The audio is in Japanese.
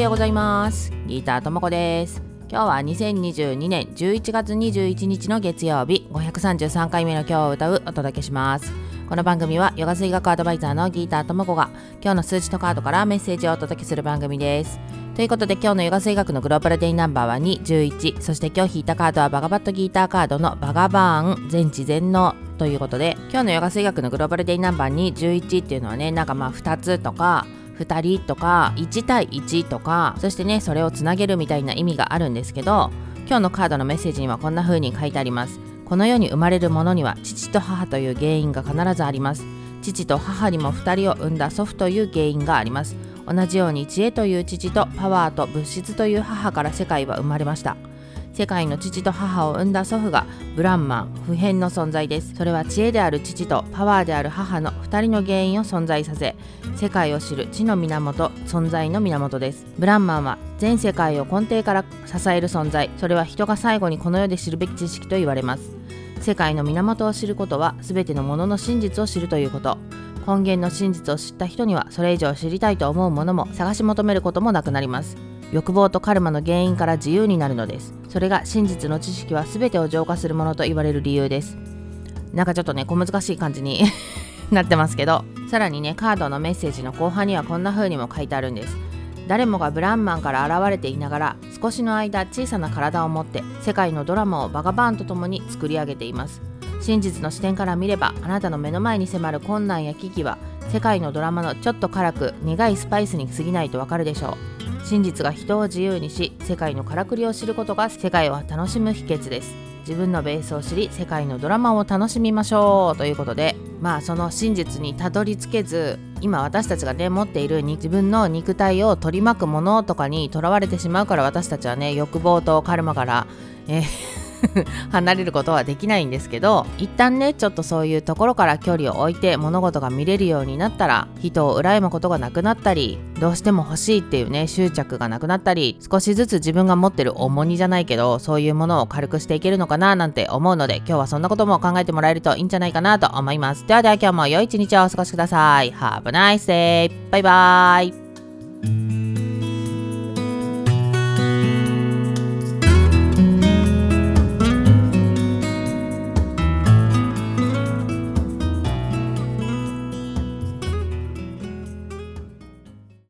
ようございます。ギターともこです。今日は2022年11月21日の月曜日、533回目の今日を歌うお届けします。この番組はヨガ水学アドバイザーのギターともこが今日の数字とカードからメッセージをお届けする番組です。ということで今日のヨガ水学のグローバルデイナンバーは2、11、そして今日引いたカードはバガバットギーターカードのバガバーン全知全能ということで、今日のヨガ水学のグローバルデイナンバー2、11っていうのはね、なんか2つとか2人とか1対1とか、そしてねそれをつなげるみたいな意味があるんですけど、今日のカードのメッセージにはこんな風に書いてあります。この世に生まれるものには父と母という原因が必ずあります。父と母にも2人を産んだ祖父という原因があります。同じように知恵という父とパワーと物質という母から世界は生まれました。世界の父と母を生んだ祖父がブランマン、不変の存在です。それは知恵である父とパワーである母の2人の原因を存在させ、世界を知る知の源、存在の源です。ブランマンは全世界を根底から支える存在。それは人が最後にこの世で知るべき知識と言われます。世界の源を知ることは全てのものの真実を知るということ。根源の真実を知った人にはそれ以上知りたいと思うものも探し求めることもなくなります。欲望とカルマの原因から自由になるのです。それが真実の知識は全てを浄化するものと言われる理由です。なんかちょっとね小難しい感じになってますけど、さらにねカードのメッセージの後半にはこんな風にも書いてあるんです。誰もがブランマンから現れていながら少しの間小さな体を持って世界のドラマをバガバーンとともに作り上げています。真実の視点から見れば、あなたの目の前に迫る困難や危機は世界のドラマのちょっと辛く苦いスパイスに過ぎないとわかるでしょう。真実が人を自由にし、世界のからくりを知ることが世界を楽しむ秘訣です。自分のベースを知り、世界のドラマを楽しみましょうということで、その真実にたどり着けず、今私たちがね持っている自分の肉体を取り巻くものとかにとらわれてしまうから、私たちはね欲望とカルマから離れることはできないんですけど、一旦ねちょっとそういうところから距離を置いて物事が見れるようになったら、人を羨むことがなくなったり、どうしても欲しいっていうね執着がなくなったり、少しずつ自分が持ってる重荷じゃないけどそういうものを軽くしていけるのかななんて思うので、今日はそんなことも考えてもらえるといいんじゃないかなと思います。では今日も良い一日をお過ごしください。Have a nice day! バイバイ。